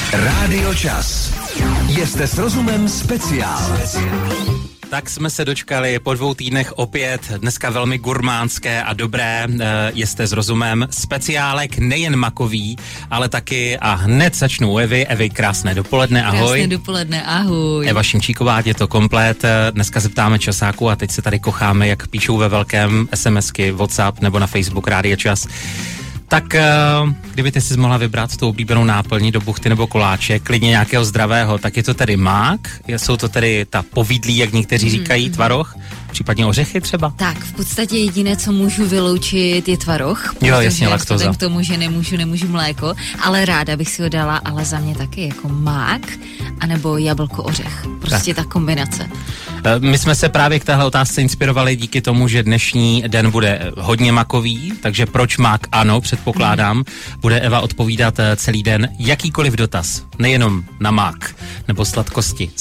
Rádio Čas. Jste s rozumem speciál. Tak jsme se dočkali po 2 týdnech opět, dneska velmi gurmánské a dobré, jste s rozumem, speciálek nejen makový, ale taky a hned začnu u Evy. Evy, krásné dopoledne, ahoj. Krásné dopoledne, ahoj. Eva Šimčíková, je to komplet, dneska se ptáme časáku a teď se tady kocháme, jak píšou ve velkém SMSky, WhatsApp nebo na Facebook Rádio Čas. Tak kdyby ty si mohla vybrat tu oblíbenou náplní do buchty nebo koláče, klidně nějakého zdravého, tak je to tedy mák, jsou to tedy ta povídlí, jak někteří říkají, tvaroh, případně ořechy třeba? Tak, v podstatě jediné, co můžu vyloučit, je tvaroh. Jo, jasně, laktóza. K tomu, že nemůžu mléko, ale ráda bych si ho dala, ale za mě taky jako mák, anebo jablko ořech. Prostě ta kombinace. My jsme se právě k téhle otázce inspirovali díky tomu, že dnešní den bude hodně makový, takže proč mák ano, předpokládám, bude Eva odpovídat celý den jakýkoliv dotaz, nejenom na mák nebo sladkosti.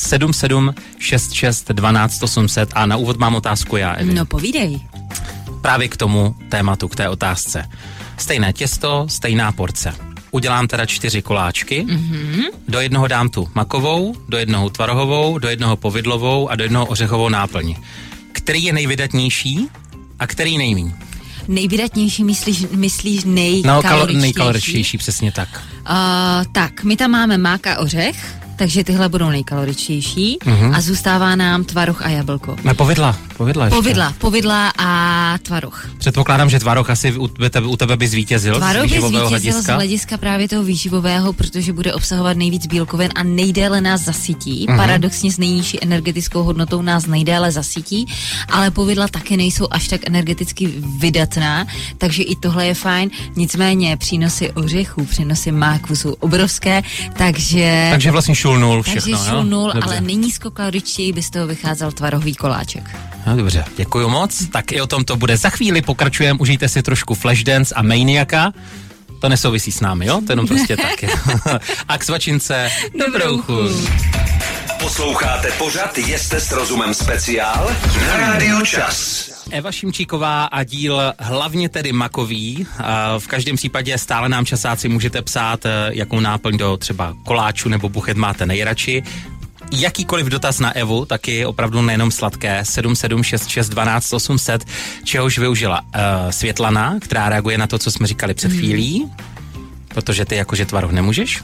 7766 12 800 a na úvod mám otázku já, Evi. No povídej. Právě k tomu tématu, k té otázce. Stejné těsto, stejná porce. Udělám teda 4 koláčky, do jednoho dám tu makovou, do jednoho tvarohovou, do jednoho povidlovou a do jednoho ořechovou náplň. Který je nejvydatnější a který nejmíň? Nejvydatnější myslíš nejkaloričtější? No, nejkaloričtější, přesně tak. Tak, my tam máme mák a ořech, takže tyhle budou nejkaloričtější a zůstává nám tvaroh a jablko. Ne, povidla ještě. Povidla a tvaroh. Předpokládám, že tvaroh asi u tebe by zvítězil tvaroh z výživového hlediska. Z hlediska právě toho výživového, protože bude obsahovat nejvíc bílkovin a nejdéle nás zasytí. Paradoxně s nejnižší energetickou hodnotou nás nejdéle zasytí, ale povidla taky nejsou až tak energeticky vydatná, takže i tohle je fajn. Nicméně přínosy ořechů, přínosy máku jsou obrovské, takže vlastně šulnul všechno, takže šulnul, ale nejnízkokaloričtěji by z toho vycházel tvarohový koláček. No dobře, děkuju moc. Tak i o tom to bude za chvíli, pokračujeme, užijte si trošku Flashdance a Maniaka. To nesouvisí s námi, jo? To jenom prostě tak. A k svačince dobrou chuť. Posloucháte pořad Jste s rozumem speciál na Rádio Čas. Eva Šimčíková a díl hlavně tedy makový. V každém případě stále nám časáci můžete psát, jakou náplň do třeba koláču nebo buchet máte nejradši. Jakýkoliv dotaz na Evu, taky opravdu nejenom sladké, 7766 12 800, čehož využila Světlana, která reaguje na to, co jsme říkali před chvílí, protože ty jakože tvaroh nemůžeš.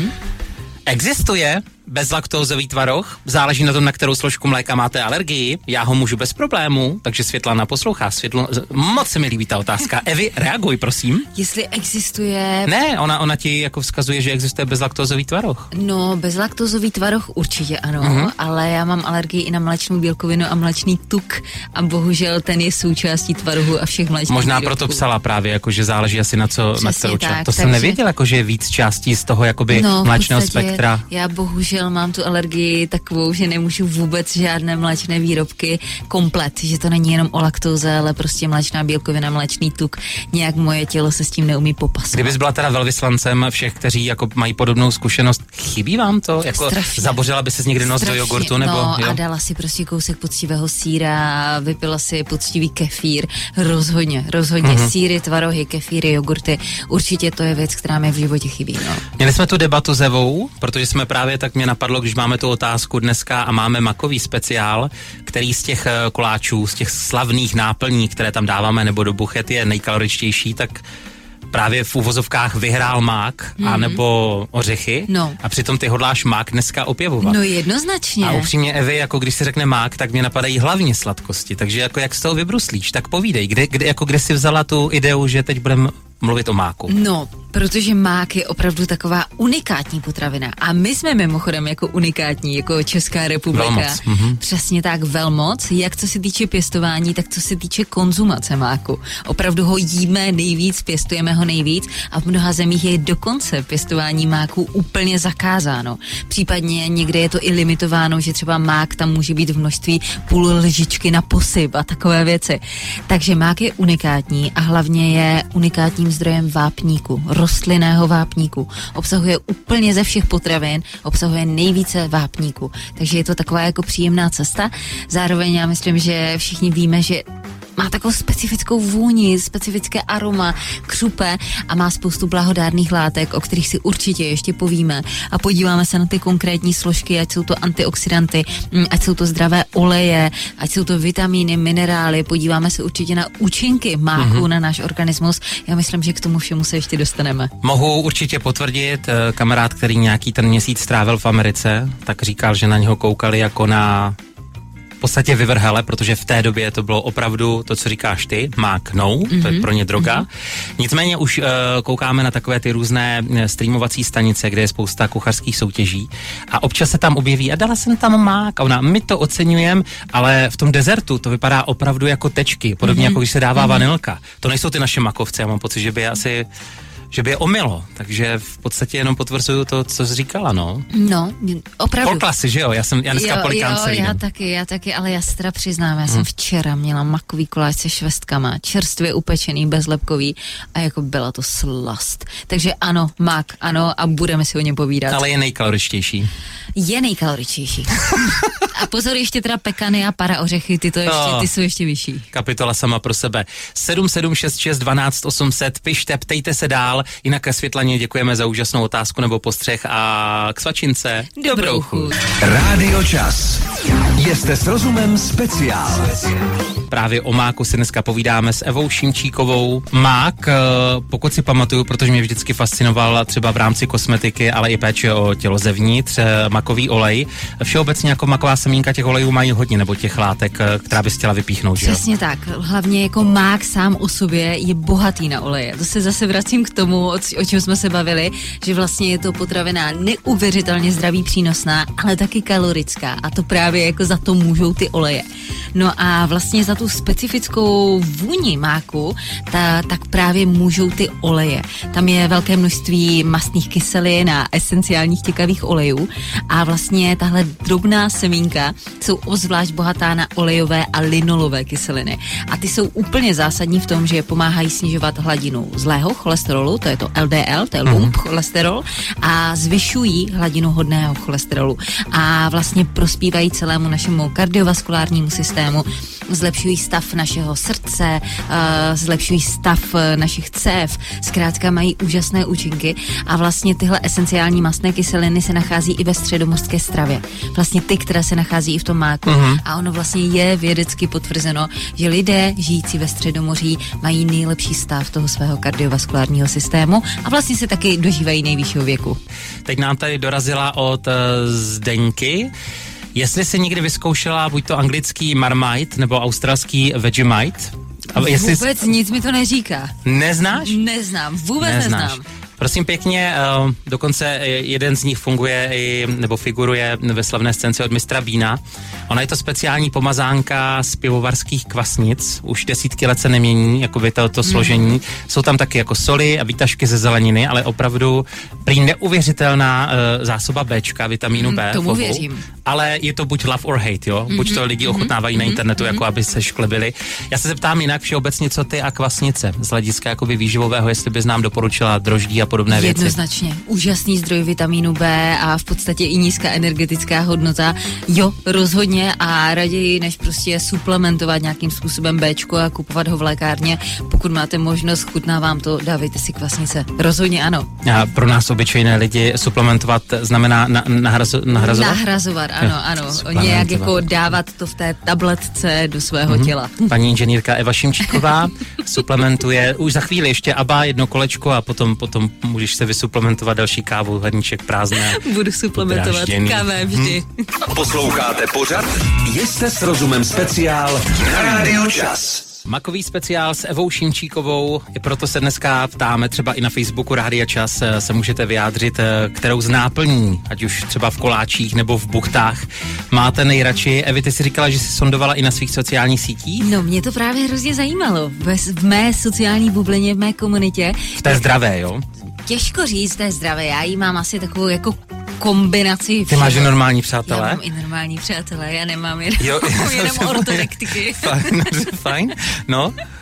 Existuje bezlaktózový tvaroh, záleží na tom, na kterou složku mléka máte alergii, já ho můžu bez problémů, takže Světlana poslouchá. Moc se mi líbí ta otázka. Evi, reaguj, prosím. Jestli existuje... Ne, ona ti jako vzkazuje, že existuje bezlaktózový tvaroh. No, bezlaktózový tvaroh určitě ano, ale já mám alergii i na mléčnou bílkovinu a mléčný tuk a bohužel ten je součástí tvarohu a všech mléčných Možná výrobků. Proto psala právě, jako, že záleží asi na co, Přesně na kterou část. To takže... jsem nevěděl, jako, že je víc částí z toho jakoby mléčného spektra. Já bohužel mám tu alergii takovou, že nemůžu vůbec žádné mléčné výrobky komplet, že to není jenom o laktóze, ale prostě mléčná bílkovina, mléčný tuk, nějak moje tělo se s tím neumí popasovat. Kdybys byla teda velvyslancem všech, kteří jako mají podobnou zkušenost, chybí vám to? Jako zabořila by ses někdy nos do jogurtu? Nebo, no jo? A dala si prostě kousek poctivého sýra, vypila si poctivý kefír, rozhodně. Sýry, tvarohy, kefíry, jogurty, určitě to je věc, která mi v životě chybí. No. Měli jsme tu debatu s Evou, protože jsme právě tak mě napadlo, když máme tu otázku dneska a máme makový speciál, který z těch koláčů, z těch slavných náplní, které tam dáváme, nebo do buchet je nejkaloričtější, tak právě v uvozovkách vyhrál mák anebo ořechy a přitom ty hodláš mák dneska opěvovat. No jednoznačně. A upřímně Evi, jako když se řekne mák, tak mě napadají hlavně sladkosti, takže jako jak z toho vybruslíš, tak povídej, kde jsi vzala tu ideu, že teď budeme mluvit o máku? No, protože mák je opravdu taková unikátní potravina. A my jsme mimochodem jako unikátní, jako Česká republika. Velmoc. Přesně tak, velmoc. Jak co se týče pěstování, tak co se týče konzumace máku. Opravdu ho jíme nejvíc, pěstujeme ho nejvíc a v mnoha zemích je dokonce pěstování máku úplně zakázáno. Případně někde je to i limitováno, že třeba mák tam může být v množství půl lžičky na posyp a takové věci. Takže mák je unikátní a hlavně je unikátním zdrojem vápníku, rostlinného vápníku. Obsahuje úplně ze všech potravin, obsahuje nejvíce vápníku. Takže je to taková jako příjemná cesta. Zároveň já myslím, že všichni víme, že má takovou specifickou vůni, specifické aroma, křupe a má spoustu blahodárných látek, o kterých si určitě ještě povíme. A podíváme se na ty konkrétní složky, ať jsou to antioxidanty, ať jsou to zdravé oleje, ať jsou to vitamíny, minerály. Podíváme se určitě na účinky máku na náš organismus. Já myslím, že k tomu všemu se ještě dostaneme. Mohu určitě potvrdit, kamarád, který nějaký ten měsíc strávil v Americe, tak říkal, že na něho koukali jako na v podstatě vyvrhele, protože v té době to bylo opravdu to, co říkáš ty, mák to je pro ně droga. Nicméně už koukáme na takové ty různé streamovací stanice, kde je spousta kuchařských soutěží a občas se tam objeví a dala jsem tam mák a my to oceňujeme, ale v tom dezertu to vypadá opravdu jako tečky, podobně jako když se dává vanilka. To nejsou ty naše makovce, já mám pocit, že by je omylo, takže v podstatě jenom potvrzuju to, co jsi říkala, no. No, opravdu. Polklasy, že jo? Já dneska polikám celý den. Já taky, ale já se teda přiznám, já jsem včera měla makový koláč se švestkama, čerstvě upečený, bezlepkový a jako byla to slast. Takže ano, mák, ano a budeme si o něm povídat. Ale je nejkaloričtější. Je nejkaloričtější. A pozor, ještě teda pekany a paraořechy, ty jsou ještě vyšší. Kapitola sama pro sebe. 7766 12 800, pište, ptejte se dál, jinak ke Světlaně děkujeme za úžasnou otázku nebo postřeh a k svačince dobrou chuť. Rádio Čas. Jste s rozumem speciál. Právě o máku si dneska povídáme s Evou Šimčíkovou. Mák, pokud si pamatuju, protože mě vždycky fascinoval třeba v rámci kosmetiky, ale i péče o tělo zevnitř, makový olej. Všeobecně jako maková semínka těch olejů mají hodně, nebo těch látek, která bys chtěla vypíchnout, že jo? Přesně tak. Hlavně jako mák sám o sobě je bohatý na oleje. To se zase vracím k tomu, o čem jsme se bavili, že vlastně je to potravina neuvěřitelně zdraví, přínosná, ale taky kalorická. A to právě jako za to můžou ty oleje. No a vlastně za tu specifickou vůni máku, tak právě můžou ty oleje. Tam je velké množství mastných kyselin a esenciálních těkavých olejů a vlastně tahle drobná semínka jsou obzvlášť bohatá na olejové a linolové kyseliny. A ty jsou úplně zásadní v tom, že pomáhají snižovat hladinu zlého cholesterolu, to je to LDL, to je lump cholesterol, a zvyšují hladinu hodného cholesterolu. A vlastně prospívají celému našemu kardiovaskulárnímu systému, zlepšují stav našeho srdce, zlepšují stav našich cév, zkrátka mají úžasné účinky a vlastně tyhle esenciální mastné kyseliny se nachází i ve středomořské stravě. Vlastně ty, které se nachází i v tom máku. A ono vlastně je vědecky potvrzeno, že lidé žijící ve Středomoří mají nejlepší stav toho svého kardiovaskulárního systému a vlastně se taky dožívají nejvyššího věku. Teď nám tady dorazila od Zdeňky. Jestli jsi někdy vyzkoušela buď to anglický Marmite nebo australský Vegemite? Vůbec nic mi to neříká. Neznáš? Neznám, vůbec neznám. Prosím pěkně, dokonce jeden z nich nebo figuruje ve slavné scénce od mistra Beana. Ona je to speciální pomazánka z pivovarských kvasnic, už desítky let se nemění, jako by to složení. Jsou tam taky jako soli a výtažky ze zeleniny, ale opravdu prý neuvěřitelná zásoba Bčka, vitamínu B. Tomu věřím. Ale je to buď love or hate, jo? Buď to lidi ochutnávají na internetu, jako aby se šklebili. Já se zeptám jinak všeobecně, co ty a kvasnice z hlediska jakoby výživového, jestli bys nám doporučila droždí a podobné věci. Jednoznačně. Úžasný zdroj vitamínu B a v podstatě i nízká energetická hodnota. Jo, rozhodně a raději, než prostě suplementovat nějakým způsobem Bčko a kupovat ho v lékárně, pokud máte možnost, chutná vám to, dávejte si kvasnice. Rozhodně ano. A pro nás obyčejné lidi suplementovat znamená nahrazovat? Nahrazovat, ano. Nějak jako dávat to v té tabletce do svého těla. Paní inženýrka Eva Šimčíková suplementuje už za chvíli ještě ABBA, jedno kolečko a potom můžeš se vysuplementovat další kávu, hrníček prázdné. Budu suplementovat kávé vždy. Posloucháte pořad Jste s rozumem speciál na Rádiu Čas. Makový speciál s Evou Šimčíkovou, i proto se dneska ptáme, třeba i na Facebooku Rádia Čas se můžete vyjádřit, kterou z náplní, ať už třeba v koláčích nebo v buchtách, máte nejradši. Evi, ty jsi říkala, že jsi sondovala i na svých sociálních sítích? No, mě to právě hrozně zajímalo. V mé sociální bublině, v mé komunitě. V té zdravé, jo? Těžko říct, to je zdravé. Já jí mám asi takovou jako kombinaci. Ty máš normální přátelé? Já mám i normální přátelé, já nemám jenom ortorektiky. Fajn. No.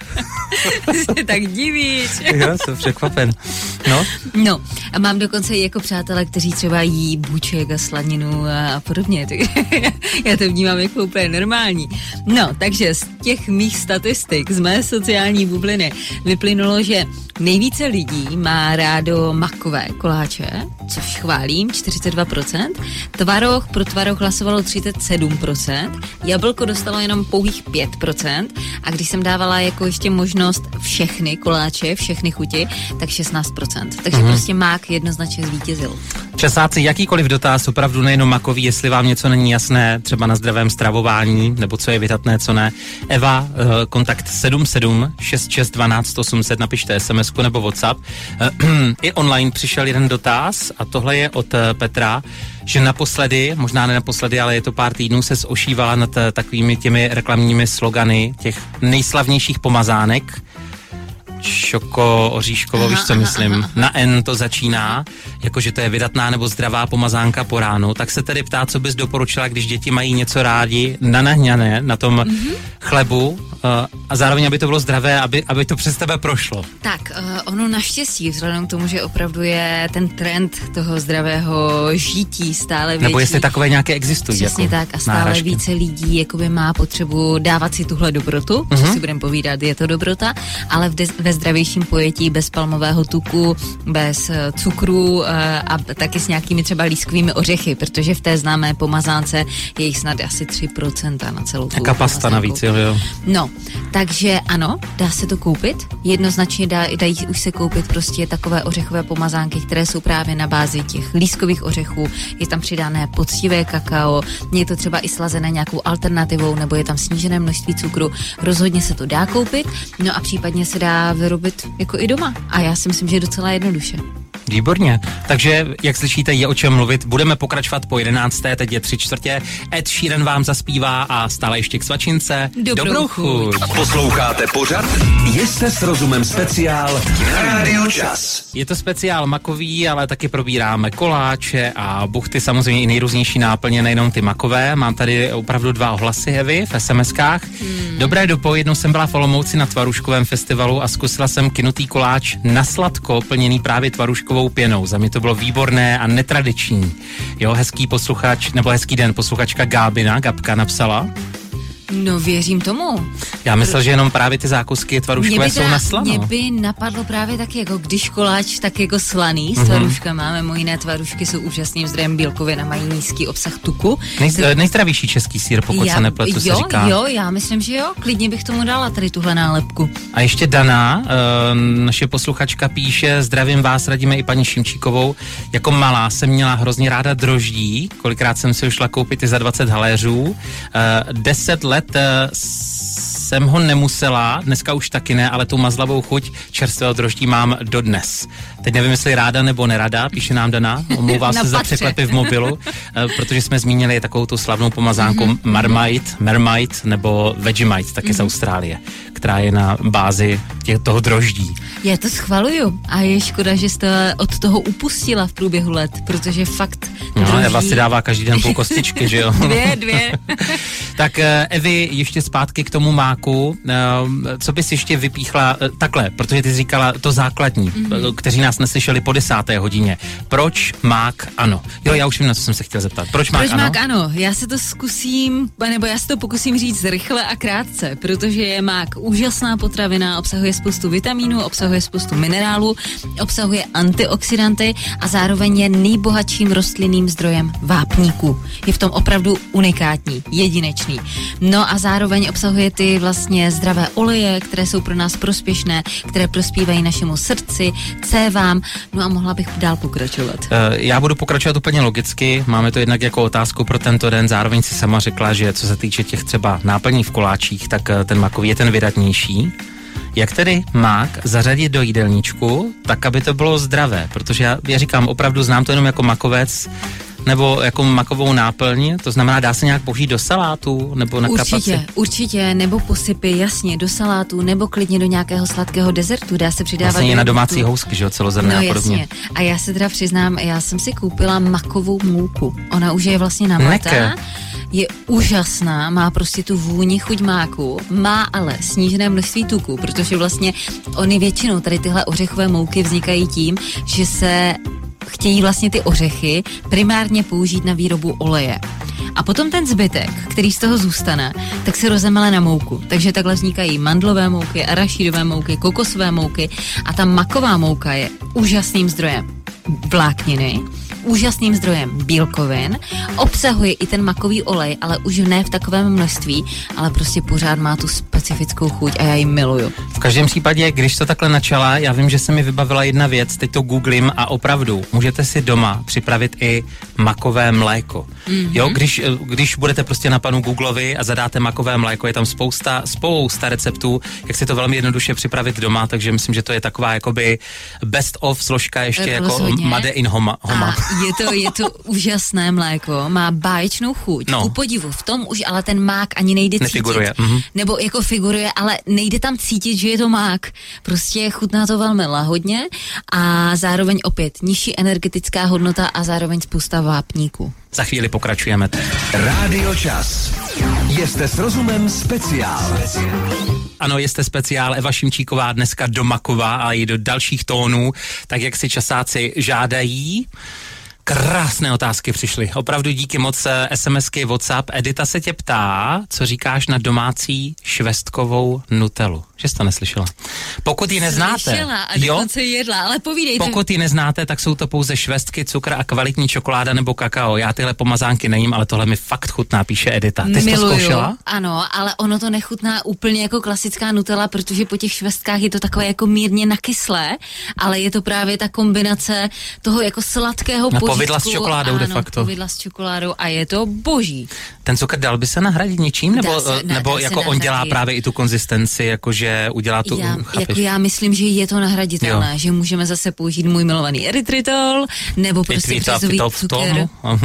Tak divíš. Jo, jsem překvapen. No, a mám dokonce i jako přátelé, kteří třeba jí buček a slaninu a podobně, takže já to vnímám jako úplně normální. No, takže z těch mých statistik, z mé sociální bubliny, vyplynulo, že nejvíce lidí má rádo makové koláče, což chválím, 42%, pro tvaroh hlasovalo 37%, jablko dostalo jenom pouhých 5% a když jsem dávala jako ještě možnost všechny koláče, všechny chuti, tak 16%. Takže prostě mák jednoznačně zvítězil. Časáci, jakýkoliv dotaz, opravdu nejenom makový, jestli vám něco není jasné, třeba na zdravém stravování, nebo co je vydatné, co ne. Eva, kontakt 77 66 12 800, napište SMS-ku nebo WhatsApp. I online přišel jeden dotaz a tohle je od Petra, že naposledy, možná ne naposledy, ale je to pár týdnů, se ošívala nad takovými těmi reklamními slogany těch nejslavnějších pomazánek. Šoko, oříškovo, víš, co myslím. Na N to začíná, jakože to je vydatná nebo zdravá pomazánka po ránu. Tak se tedy ptá, co bys doporučila, když děti mají něco rádi nahňané na tom chlebu a zároveň, aby to bylo zdravé, aby to přes tebe prošlo. Tak, ono naštěstí, vzhledem k tomu, že opravdu je ten trend toho zdravého žití stále větší. Nebo jestli takové nějaké existují. Přesně jako tak a stále náhražky. více lidí jakoby má potřebu dávat si tuhle dobrotu, co si budeme povídat, je to dobrota, ale ve zdravějším pojetí, bez palmového tuku, bez cukru a taky s nějakými třeba lískovými ořechy, protože v té známé pomazánce je jich snad asi 3% na celou tu Jaká pasta navíc, jo. No, takže ano, dá se to koupit, jednoznačně dají už se koupit prostě takové ořechové pomazánky, které jsou právě na bázi těch lískových ořechů, je tam přidané poctivé kakao, je to třeba i slazené nějakou alternativou, nebo je tam snížené množství cukru, rozhodně se to dá koupit, no a případně se dá vyrobit jako i doma a já si myslím, že je docela jednoduše. Výborně. Takže, jak slyšíte, je o čem mluvit. Budeme pokračovat po 11. Teď je 3/4. Ed Sheeran vám zaspívá a stále ještě k svačince. Dobrou chuť. Posloucháte pořad Jste s rozumem speciál na Rádiu Čas. Je to speciál makový, ale taky probíráme koláče a buchty, samozřejmě i nejrůznější náplně, nejenom ty makové. Mám tady opravdu 2 ohlasy, Evy, v SMS-kách. Dobré dopo, jednou jsem byla v Olomouci na Tvarůžkovém festivalu a zkusila jsem kynutý koláč na sladko, plněný právě tvarůžkovou pěnou. Za mě to bylo výborné a netradiční. Jo, hezký posluchač, nebo hezký den, posluchačka Gabka napsala. No, věřím tomu. Já myslel, že jenom právě ty zákusky tvarůžkové jsou na slano. Mě by napadlo právě taky, jako když koláč, tak jako slaný s tvarůžkama. Mimo jiné tvarůžky jsou úžasným zdrojem bílkovin a mají nízký obsah tuku. Nejzdravější český sýr, pokud se nepletu, se říká. Jo, já myslím, že jo. Klidně bych tomu dala tady tuhle nálepku. A ještě Dana, naše posluchačka, píše: zdravím vás, radíme i paní Šimčíkovou. Jako malá jsem měla hrozně ráda droždí, kolikrát jsem si už šla koupit i za 20 haléřů. 10 let jsem ho nemusela, dneska už taky ne, ale tu mazlavou chuť čerstvého droždí mám dodnes. Teď nevím, jestli ráda nebo nerada, píše nám Dana, omlouvá se za překlepy v mobilu, protože jsme zmínili takovou tu slavnou pomazánku Marmite nebo Vegemite, taky z Austrálie, která je na bázi toho droždí. Já to schvaluju a je škoda, že jste od toho upustila v průběhu let, protože fakt No, Eva si dává každý den půl kostičky, že jo? Dvě. Tak Evi, ještě zpátky k tomu máku. Co bys ještě vypíchla takhle, protože ty jsi říkala to základní, kteří nás neslyšeli po 10. hodině. Proč mák ano? Jo, já už vím, na co jsem se chtěl zeptat. Proč mák ano? Já se to pokusím říct rychle a krátce, protože je mák úžasná potravina, obsahuje spoustu vitamínů, obsahuje spoustu minerálů, obsahuje antioxidanty a zároveň je nejbohatším rostlinným zdrojem vápníků. Je v tom opravdu unikátní, jedinečný. No a zároveň obsahuje ty vlastně zdravé oleje, které jsou pro nás prospěšné, které prospívají našemu srdci, cévám, no a mohla bych dál pokračovat. Já budu pokračovat úplně logicky, máme to jednak jako otázku pro tento den, zároveň si sama řekla, že co se týče těch třeba náplní v koláčích, tak ten makový je ten vydatnější. Jak tedy mák zařadit do jídelníčku, tak aby to bylo zdravé, protože já říkám, opravdu znám to jenom jako makovec, nebo jako makovou náplň, to znamená, dá se nějak použít do salátu, nebo na kapaci? Určitě, nebo posypy, jasně, do salátu, nebo klidně do nějakého sladkého dezertu, dá se přidávat. Vlastně na domácí housky, že jo, celozrnné a podobně. Jasně. A já se teda přiznám, já jsem si koupila makovou mouku. Ona už je vlastně namletá. je úžasná, má prostě tu vůni, chuť máku, má ale snížené množství tuku, protože vlastně oni většinou tady tyhle ořechové mouky vznikají tím, že se chtějí vlastně ty ořechy primárně použít na výrobu oleje. A potom ten zbytek, který z toho zůstane, tak se rozemele na mouku. Takže takhle vznikají mandlové mouky, arašídové mouky, kokosové mouky a ta maková mouka je úžasným zdrojem vlákniny, úžasným zdrojem bílkovin, obsahuje i ten makový olej, ale už ne v takovém množství, ale prostě pořád má tu specifickou chuť a já ji miluju. V každém případě, když to takhle načala, já vím, že se mi vybavila jedna věc, teď to googlím a opravdu, můžete si doma připravit i makové mléko. Jo, když budete prostě na panu Googlovi a zadáte makové mléko, je tam spousta receptů, jak si to velmi jednoduše připravit doma, takže myslím, že to je taková jakoby best of složka ještě jako Made in Homa. Je to úžasné mléko, má báječnou chuť. No. Ku podivu, v tom už ale ten mák ani nejde Nefiguruje. cítit. Nebo jako figuruje, ale nejde tam cítit, že je to mák. Prostě chutná to velmi lahodně a zároveň opět nižší energetická hodnota a zároveň spousta vápníků. Za chvíli pokračujeme. Rádio Čas. Jste s rozumem speciál. Ano, jste speciál Eva Šimčíková dneska do Makova a i do dalších tónů, tak jak si časáci žádají. Krásné otázky přišly. Opravdu díky moc, SMSky, WhatsApp. Edita se tě ptá, co říkáš na domácí švestkovou nutelu. Že jsi to neslyšela. Pokud ji neznáte, slyšela a dokonce jedla, ale povídejte. Pokud ji neznáte, tak jsou to pouze švestky, cukr a kvalitní čokoláda nebo kakao. Já tyhle pomazánky nejím, ale tohle mi fakt chutná, píše Edita. Ty jsi to zkoušela? Ano, ale ono to nechutná úplně jako klasická nutella, protože po těch švestkách je to takové jako mírně nakyslé, ale je to právě ta kombinace toho jako sladkého požitku. Povidla s čokoládou de facto. Povidla s čokoládou a je to boží. Ten cukr dal by se nahradit něčím? Nebo jako on dělá právě i tu konzistenci, jakože udělá tu... Já myslím, že je to nahraditelné, že můžeme zase použít můj milovaný erytritol, nebo prostě březový cukr,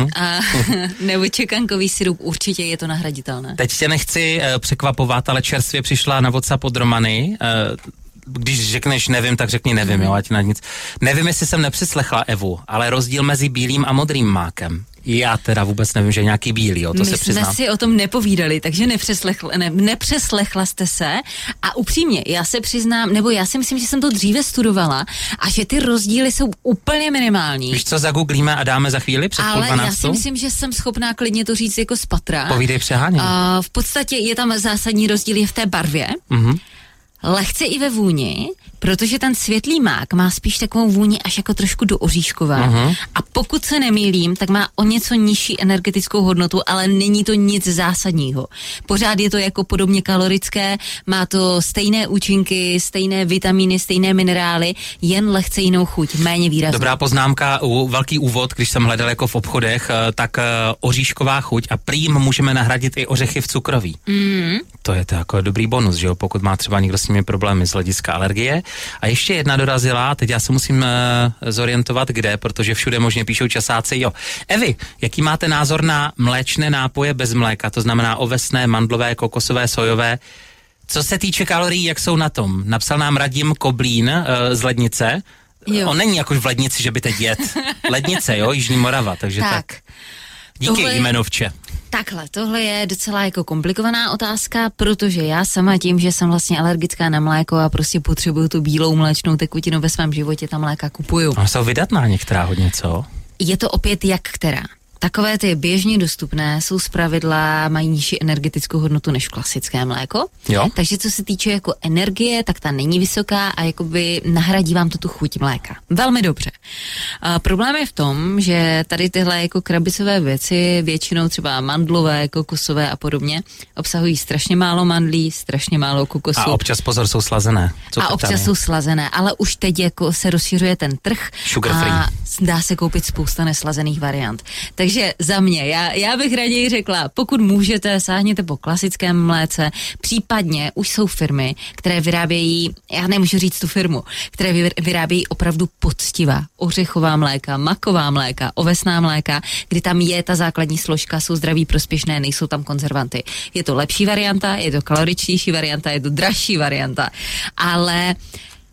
nebo čekankový sirup, určitě je to nahraditelné. Teď tě nechci překvapovat, ale čerstvě přišla na WhatsApp od Romany. Když řekneš nevím, tak řekni nevím, jo, ať na nic. Nevím, jestli jsem nepřeslechla Evu, ale rozdíl mezi bílým a modrým mákem. Já teda vůbec nevím, že je nějaký bílý, jo, to se přiznám. My jsme si o tom nepovídali, takže nepřeslechla jste se a upřímně, já se přiznám, nebo já si myslím, že jsem to dříve studovala a že ty rozdíly jsou úplně minimální. Víš co, zagooglíme a dáme za chvíli před půl 12? Ale já si myslím, že jsem schopná klidně to říct jako z patra. Povídej přehánění. V podstatě je tam zásadní rozdíl je v té barvě. Lehce i ve vůni, protože ten světlý mák má spíš takovou vůni až jako trošku do oříškové. A pokud se nemýlím, tak má o něco nižší energetickou hodnotu, ale není to nic zásadního. Pořád je to jako podobně kalorické, má to stejné účinky, stejné vitamíny, stejné minerály, jen lehce jinou chuť, méně výraznou. Dobrá poznámka, velký úvod, když jsem hledal jako v obchodech, tak oříšková chuť a prým můžeme nahradit i ořechy v cukroví. To je to jako dobrý bonus, že jo, pokud má třeba někdo s nimi problémy z hlediska alergie. A ještě jedna dorazila, teď já se musím zorientovat kde, protože všude možně píšou časáci, jo. Evi, jaký máte názor na mléčné nápoje bez mléka, to znamená ovesné, mandlové, kokosové, sojové? Co se týče kalorií, jak jsou na tom? Napsal nám Radim Koblín z Lednice. Jo. On není jako v Lednici, že by teď jet. Lednice, jo, Jižní Morava, takže tak. Díky jmenovče. Takhle, tohle je docela jako komplikovaná otázka, protože já sama tím, že jsem vlastně alergická na mléko a prostě potřebuju tu bílou mléčnou tekutinu ve svém životě, ta mléka kupuju. A jsou vydatná některá hodně, co? Je to opět jak která. Takové ty běžně dostupné jsou zpravidla, mají nižší energetickou hodnotu než klasické mléko. Jo. Takže co se týče jako energie, tak ta není vysoká a jakoby nahradí vám to tu chuť mléka. Velmi dobře. Problém je v tom, že tady tyhle jako krabicové věci, většinou třeba mandlové, kokosové a podobně, obsahují strašně málo mandlí, strašně málo kokosu. A občas pozor, jsou slazené. Jsou slazené, ale už teď jako se rozšiřuje ten trh a dá se koupit spousta neslazených variant. Takže za mě, já bych raději řekla, pokud můžete, sáhněte po klasickém mléce, případně už jsou firmy, které vyrábějí, já nemůžu říct tu firmu, které vyrábějí opravdu poctivá ořechová mléka, maková mléka, ovesná mléka, kdy tam je ta základní složka, jsou zdraví prospěšné, nejsou tam konzervanty. Je to lepší varianta, je to kaloričtější varianta, je to dražší varianta, ale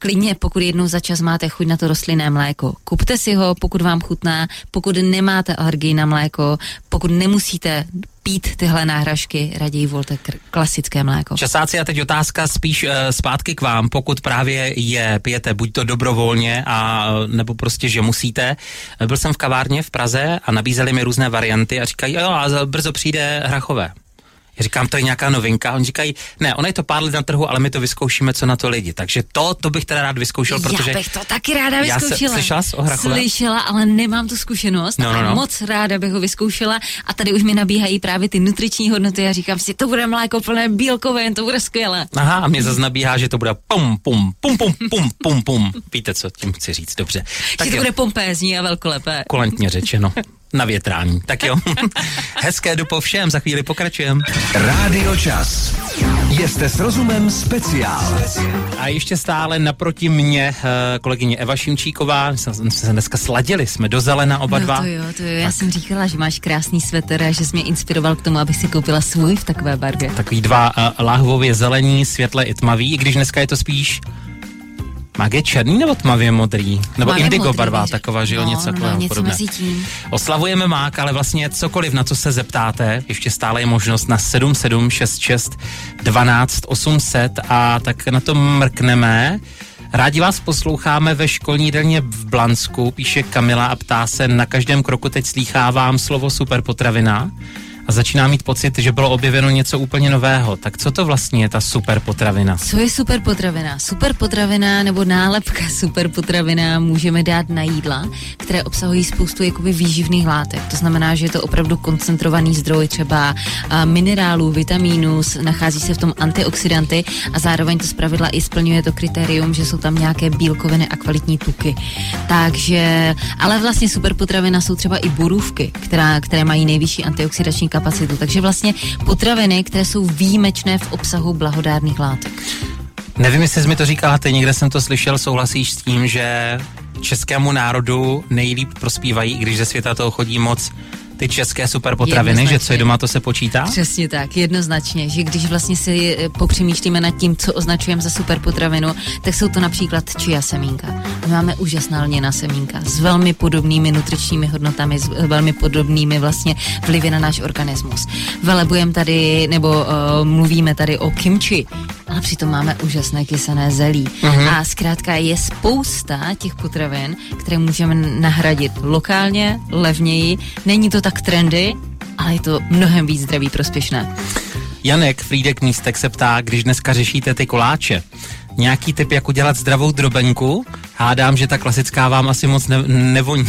klidně, pokud jednou za čas máte chuť na to rostlinné mléko, kupte si ho, pokud vám chutná, pokud nemáte alergii na mléko, pokud nemusíte pít tyhle náhražky, raději volte klasické mléko. Časáci, a teď otázka spíš zpátky k vám, pokud právě je pijete, buď to dobrovolně, a nebo prostě, že musíte. Byl jsem v kavárně v Praze a nabízeli mi různé varianty a říkají, jo, a brzo přijde hrachové. Já říkám, to je nějaká novinka. Oni říkají, ne, ono je to pár let na trhu, ale my to vyzkoušíme, co na to lidi. Takže to bych teda rád vyzkoušel, protože... Já bych to taky ráda vyzkoušela. Slyšela jsi o hrachové? Slyšela, ale nemám tu zkušenost. No. Moc ráda bych ho vyzkoušela a tady už mi nabíhají právě ty nutriční hodnoty a říkám si, to bude mléko plné bílkovin, to bude skvělé. Aha, a mě zase nabíhá, že to bude pum, pum, pum, pum, pum, pum, pum. Víte, co tím chci říct, dobře. Tak že to bude pompézní a velkolepé. Kulantně řečeno. Na větrání. Tak jo. Hezké dupo všem, za chvíli pokračujeme. Rádio Čas. Jste s rozumem speciál. A ještě stále naproti mě kolegyně Eva Šimčíková. Jsme se dneska sladili, jsme do zelena oba dva. To jo. Já jsem říkala, že máš krásný svetr a že jsi mě inspiroval k tomu, abych si koupila svůj v takové barvě. Takový dva lahvově zelení, světle i tmavý, i když dneska je to spíš je černý nebo tmavě modrý? Nebo tmavě indigo modrý, barva taková, že jo, něco takového podobné. Oslavujeme mák, ale vlastně cokoliv, na co se zeptáte, ještě stále je možnost na 7766 12 800 a tak na to mrkneme. Rádi vás posloucháme ve školní jídelně v Blansku, píše Kamila a ptá se, na každém kroku teď slýchávám slovo superpotravina a začíná mít pocit, že bylo objeveno něco úplně nového. Tak co to vlastně je ta superpotravina? Co je superpotravina? Superpotravina nebo nálepka superpotravina můžeme dát na jídla, které obsahují spoustu jakoby výživných látek. To znamená, že je to opravdu koncentrovaný zdroj třeba minerálů, vitamínů, nachází se v tom antioxidanty a zároveň to zpravidla i splňuje to kritérium, že jsou tam nějaké bílkoviny a kvalitní tuky. Takže, ale vlastně superpotravina jsou třeba i borůvky, které mají nejvyšší antioxidační kapacitu. Takže vlastně potraviny, které jsou výjimečné v obsahu blahodárných látek. Nevím, jestli jsi mi to říkala, ty někde jsem to slyšel, souhlasíš s tím, že českému národu nejlíp prospívají, i když ze světa toho chodí moc ty české superpotraviny, že co je doma, to se počítá? Přesně tak, jednoznačně, že když vlastně si popřemýšlíme nad tím, co označujeme za superpotravinu, tak jsou to například chia semínka. My máme úžasná lněná semínka s velmi podobnými nutričními hodnotami, s velmi podobnými vlastně vlivy na náš organismus. Velebujeme tady, nebo mluvíme tady o kimchi, ale přitom máme úžasné kysané zelí. A zkrátka je spousta těch potravin, které můžeme nahradit lokálně, levněji. Není to tak trendy, ale je to mnohem víc zdraví prospěšné. Janek Frýdek Místek se ptá, když dneska řešíte ty koláče, nějaký tip, jak udělat zdravou drobenku? Hádám, že ta klasická vám asi moc nevoní.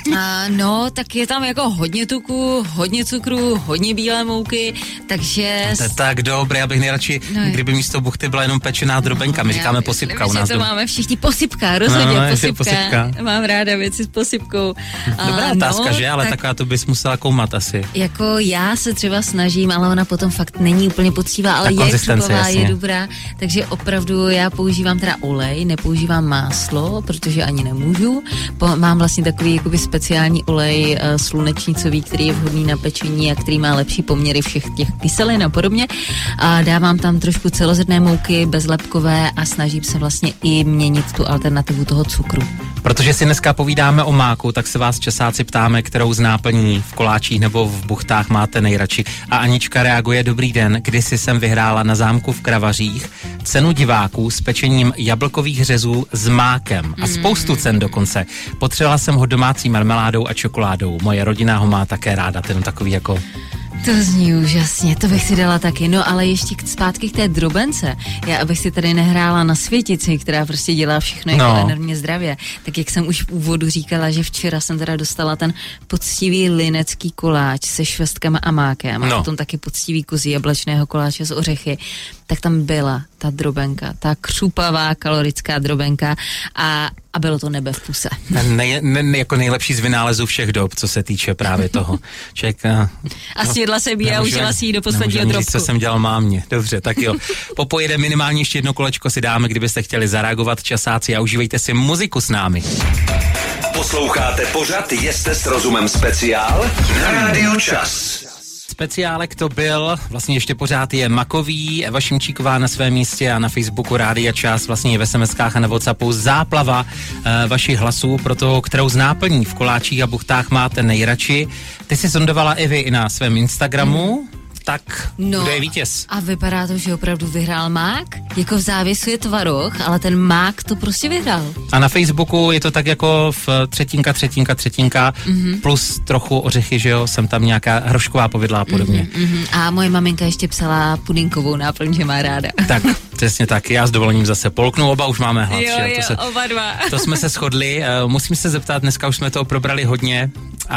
No, tak je tam jako hodně tuku, hodně cukru, hodně bílé mouky, takže... To je tak dobré, abych nejradši, kdyby místo buchty byla jenom pečená drobenka. My říkáme posypka u nás. To máme všichni posypka, rozhodně posypka. Mám ráda věci s posypkou. Dobrá otázka, že? Ale taková to bys musela koumat asi. Jako já se třeba snažím, ale ona potom fakt není úplně poctivá, ale je křupová, je dobrá. Takže opravdu já používám teda olej, nepoužívám máslo, protože ani nemůžu. Mám vlastně takový jakoby speciální olej slunečnicový, který je vhodný na pečení a který má lepší poměry všech těch kyselin a podobně. A dávám tam trošku celozrnné mouky, bezlepkové a snažím se vlastně i měnit tu alternativu toho cukru. Protože si dneska povídáme o máku, tak se vás časáci ptáme, kterou z náplní v koláčích nebo v buchtách máte nejradši. A Anička reaguje, dobrý den, kdysi jsem vyhrála na zámku v Kravařích cenu diváků s pečením jablkových řezů s mákem. A spoustu cen dokonce. Potřebovala jsem ho domácí marmeládou a čokoládou. Moje rodina ho má také ráda, ten takový jako... To zní úžasně, to bych si dala taky. No ale ještě zpátky k té drobence. Já abych si tady nehrála na světici, která prostě dělá všechno jako enormně zdravě. Tak jak jsem už v úvodu říkala, že včera jsem teda dostala ten poctivý linecký koláč se švestkama a mákem. A potom taky poctivý kusí jablečného koláče z ořechy. Tak tam byla ta drobenka, ta křupavá kalorická drobenka a bylo to nebe v puse. Jako nejlepší z vynálezů všech dob, co se týče právě toho. A sjedla se bí a užila si ji do posledního drobku. Říct, co jsem dělal mámě. Dobře, tak jo. Popojede minimálně ještě jedno kolečko si dáme, kdybyste chtěli zareagovat časáci a užívejte si muziku s námi. Posloucháte pořad Jste s rozumem speciál na Rádiu Čas. Speciálek to byl, vlastně ještě pořád je makový, Eva Šimčíková na svém místě a na Facebooku Rádia Čas, vlastně v SMS-kách a na WhatsAppu záplava vašich hlasů pro to, kterou z náplní v koláčích a buchtách máte nejradši. Ty jsi sondovala Evy i na svém Instagramu. Tak kdo je vítěz? A vypadá to, že opravdu vyhrál mák. Jako v závěsu je tvaroh, ale ten mák to prostě vyhrál. A na Facebooku je to tak jako v třetinka, plus trochu ořechy, že jo, jsem tam nějaká hrošková povidla a podobně. A moje maminka ještě psala pudinkovou náplň, že má ráda. Tak, přesně tak, já s dovolením zase polknu, oba už máme hlad. Oba dva. To jsme se shodli, musím se zeptat, dneska už jsme toho probrali hodně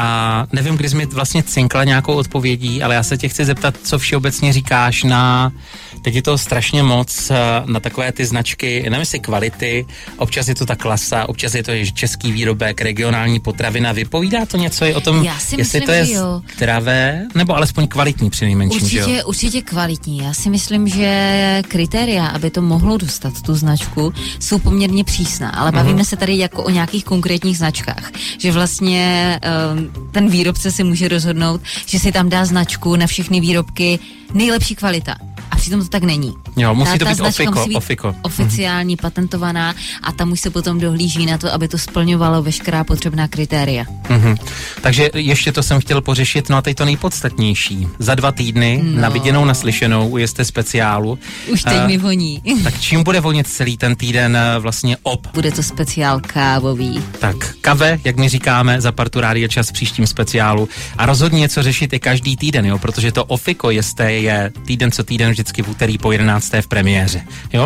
a nevím, kdy jsi mi vlastně cinkla nějakou odpovědí, ale já se tě chci zeptat, co všeobecně říkáš na, teď je to strašně moc, na takové ty značky, nevím jestli kvality, občas je to ta klasa, občas je to český výrobek, regionální potravina, vypovídá to něco i o tom, jestli to je zdravé, nebo alespoň kvalitní přinejmenším, že jo? Určitě kvalitní, já si myslím, že kritéria, aby to mohlo dostat tu značku, jsou poměrně přísná, ale bavíme se tady jako o nějakých konkrétních značkách, že vlastně ten výrobce si může rozhodnout, že si tam dá značku na všechny výrobky nejlepší kvalita. A přitom to tak není. Jo, musí to být Ofiko. Oficiální, patentovaná a tam už se potom dohlíží na to, aby to splňovalo veškerá potřebná kritéria. Takže ještě to jsem chtěl pořešit, no a teď to nejpodstatnější. Za 2 týdny na viděnou, naslyšenou ujezte speciálu. Už teď mi voní. Tak čím bude vonit celý ten týden vlastně Bude to speciál kávový. Tak kave, jak my říkáme, za partu Rádia Čas v příštím speciálu. A rozhodně něco řešit je každý týden, jo, protože to Ofiko je týden co týden vždycky v úterý po 11. v premiéře, jo?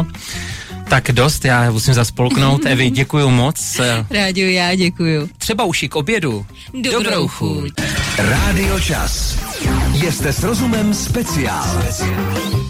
Tak dost, já musím zaspolknout. Evi, děkuju moc. Rádio, já děkuju. Třeba už i k obědu. Dobrou chuť. Rádio Čas. Jste s rozumem speciál.